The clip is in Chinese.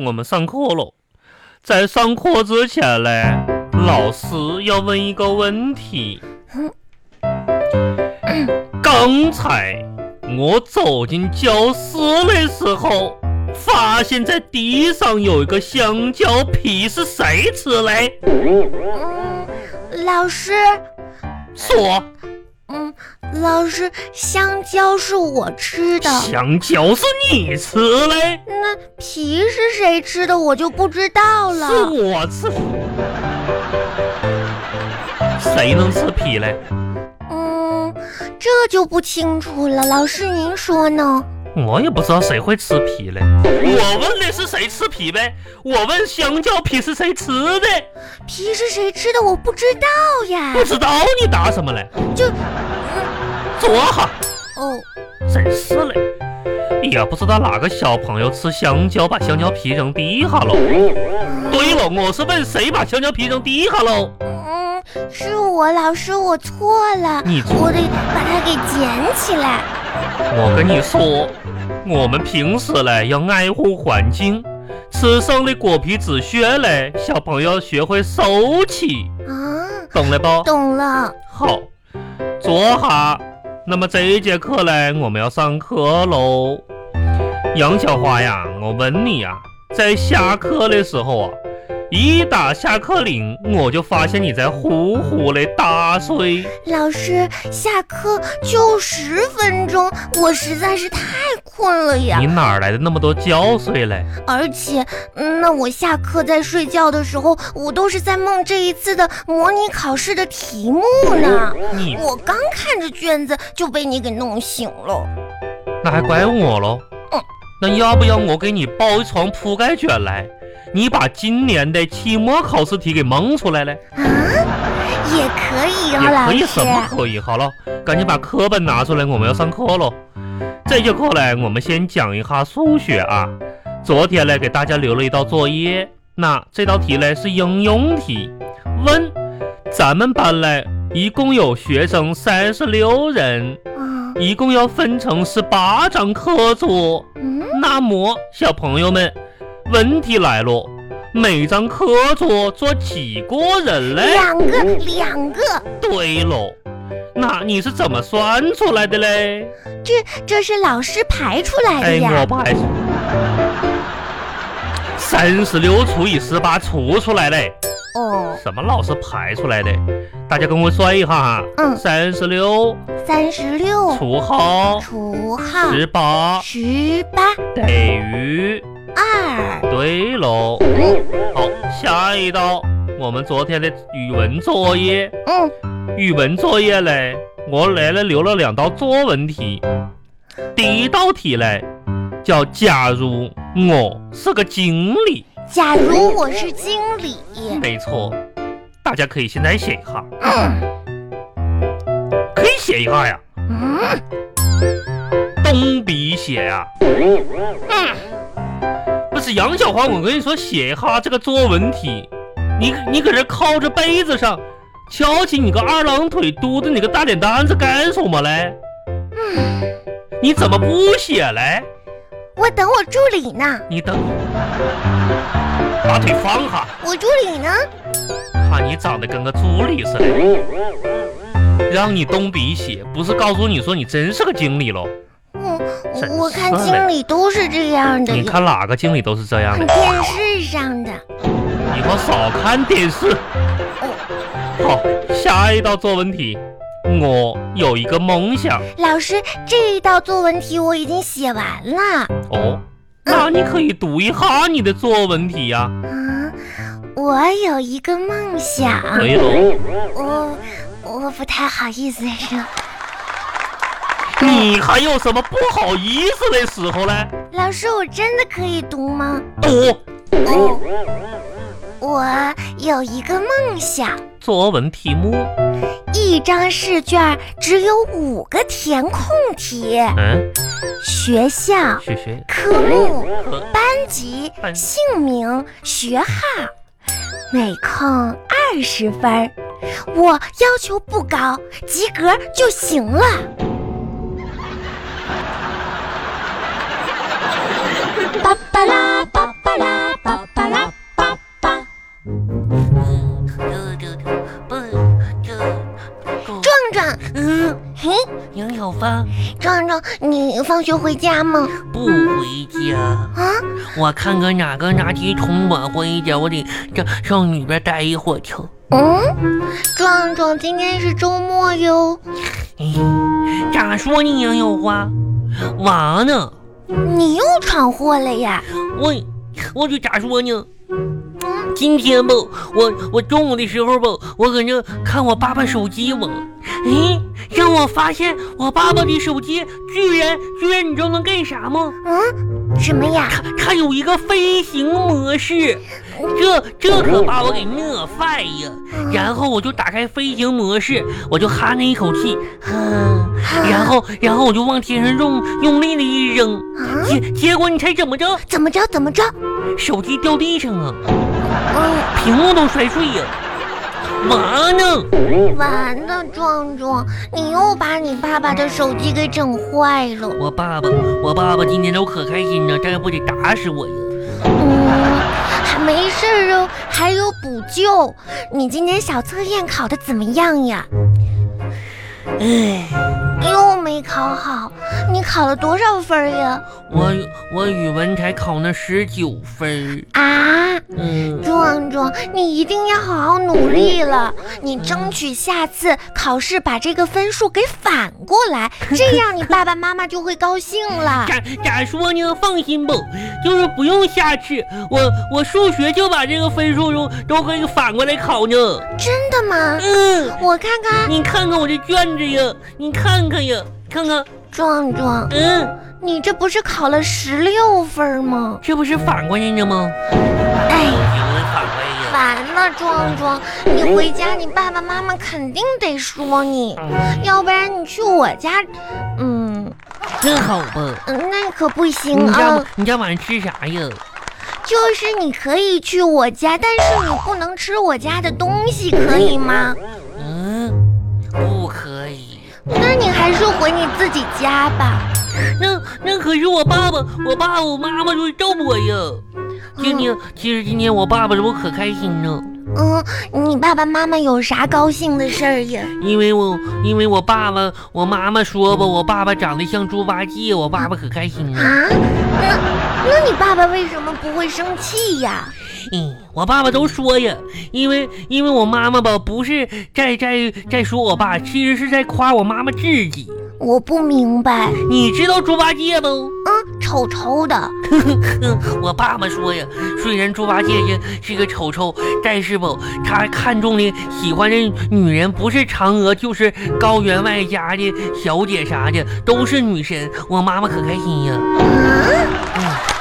我们上课喽。在上课之前呢，老师要问一个问题。刚才我走进教室的时候，发现在地上有一个香蕉皮，是谁吃的？ 老师。 说。 老师，香蕉是我吃的。 香蕉是你吃的？ 那皮是谁吃的我就不知道了。 是我吃。谁能吃皮嘞？ 这就不清楚了，老师您说呢？ 我也不知道谁会吃皮嘞。我问的是谁吃皮呗，我问香蕉皮是谁吃的。 皮是谁吃的我不知道呀。 不知道你答什么嘞？坐下。真是嘞，也不知道哪个小朋友吃香蕉把香蕉皮扔地下喽。对了，我是问谁把香蕉皮扔地下喽？ 是我，老师，我错了。我得把它给捡起来。 我跟你说，我们平时呢要爱护环境，吃剩的果皮纸屑嘞，小朋友学会收起。懂了不？ 懂了。 好，坐下。那么这一节课呢，我们要上课喽。杨小花呀，我问你呀，在下课的时候啊，一打下课铃，我就发现你在呼呼的大睡。 老师，下课就10分钟，我实在是太困了呀。 你哪来的那么多觉睡嘞？ 而且，那我下课在睡觉的时候，我都是在梦这一次的模拟考试的题目呢。我刚看着卷子就被你给弄醒了。 那还怪我咯。那要不要我给你包一床铺盖卷来？你把今年的期末考试题给蒙出来了。 也可以哦， 老师。也可以， 什么可以？好了，赶紧把课本拿出来，我们要上课了。这节课呢，我们先讲一下数学啊。昨天呢，给大家留了一道作业，那这道题呢是应用题，问咱们班呢一共有学生36人，一共要分成18张课桌。那么小朋友们，问题来了，每张课桌坐几个人嘞 ？2个。 对喽，那你是怎么算出来的嘞？ 这是老师排出来的呀。 我排36除以18除出来嘞。什么老师排出来的？大家跟我算一下哈。36除号18等于2。对喽。好，下一道我们昨天的语文作业。语文作业嘞，我留了2道作文题。第一道题嘞叫假如我是个经理。 假如我是经理。 没错，大家可以现在写一下。可以写一下呀。动笔写呀。不是杨小花，我跟你说，写一下这个作文题，你搁这靠着被子上翘起你个2郎腿，嘟着你个大脸蛋子干什么嘞？你怎么不写嘞？ 我等我助理呢。 你等，把腿放下。 我助理呢？ 看你长得跟个助理似的。让你动笔写，不是告诉你说你真是个经理咯。 我看经理都是这样的。 你看哪个经理都是这样的？ 电视上的。 以后少看电视。好，下一道作文题，我有一个梦想。 老师，这一道作文题我已经写完了。 那你可以读一下你的作文题呀。 我有一个梦想。 对喽。 我不太好意思说。 你还有什么不好意思的时候呢？ 老师，我真的可以读吗？ 读。 我有一个梦想。 作文题目： 一张试卷只有5个填空题。学校、科目、班级、姓名、学号，每空20分。我要求不高，及格就行了。巴巴拉巴巴拉巴小芳。 壮壮，你放学回家吗？ 不回家啊！我看看哪个垃圾桶晚回家，我得上里边待一会儿去。 壮壮，今天是周末哟。 咋说你呀，有花？娃呢？ 你又闯祸了呀！ 我就咋说呢？今天吧，我中午的时候吧，我搁那看我爸爸手机吧，让我发现我爸爸的手机居然你知道能干啥吗？ 什么呀？ 它有一个飞行模式，这可把我给乐坏呀！然后我就打开飞行模式，我就哈那一口气，然后我就往天上用力的一扔，结果你猜怎么着？ 怎么着？ 手机掉地上了，屏幕都摔碎呀！ 完了，壮壮，你又把你爸爸的手机给整坏了。 我爸爸今天都可开心了，这不得打死我呀！ 还没事哦，还有补救。你今天小测验考得怎么样呀？又没考好，你考了多少分呀？ 我语文才考了19分啊！壮壮，你一定要好好努力了，你争取下次考试把这个分数给反过来，这样你爸爸妈妈就会高兴了。 咋说呢？放心吧，就是不用下次，我数学就把这个分数都可以反过来考呢。 真的吗？我看看， 你看看我这卷子呀，你看看呀，看看。 壮壮，你这不是考了16分吗？ 这不是反过来的吗？ 完了，壮壮，你回家你爸爸妈妈肯定得说你，要不然你去我家， 真好吧？ 那可不行啊！ 你家晚上吃啥呀？ 就是你可以去我家，但是你不能吃我家的东西，可以吗？ 不可以。 那你还是回你自己家吧。 那可是我爸爸我妈妈就会揍我呀。其实今天我爸爸我可开心呢。 你爸爸妈妈有啥高兴的事儿呀？ 因为我爸爸我妈妈说吧，我爸爸长得像猪八戒，我爸爸可开心了。 那你爸爸为什么不会生气呀？ 我爸爸都说呀，因为我妈妈吧不是在说我爸，其实是在夸我妈妈自己。 我不明白。 你知道猪八戒不？ 丑丑的。 我爸爸说呀，虽然猪八戒是个丑丑，但是吧，他看中的喜欢的女人不是嫦娥，就是高员外家的小姐啥的，都是女神。我妈妈可开心呀。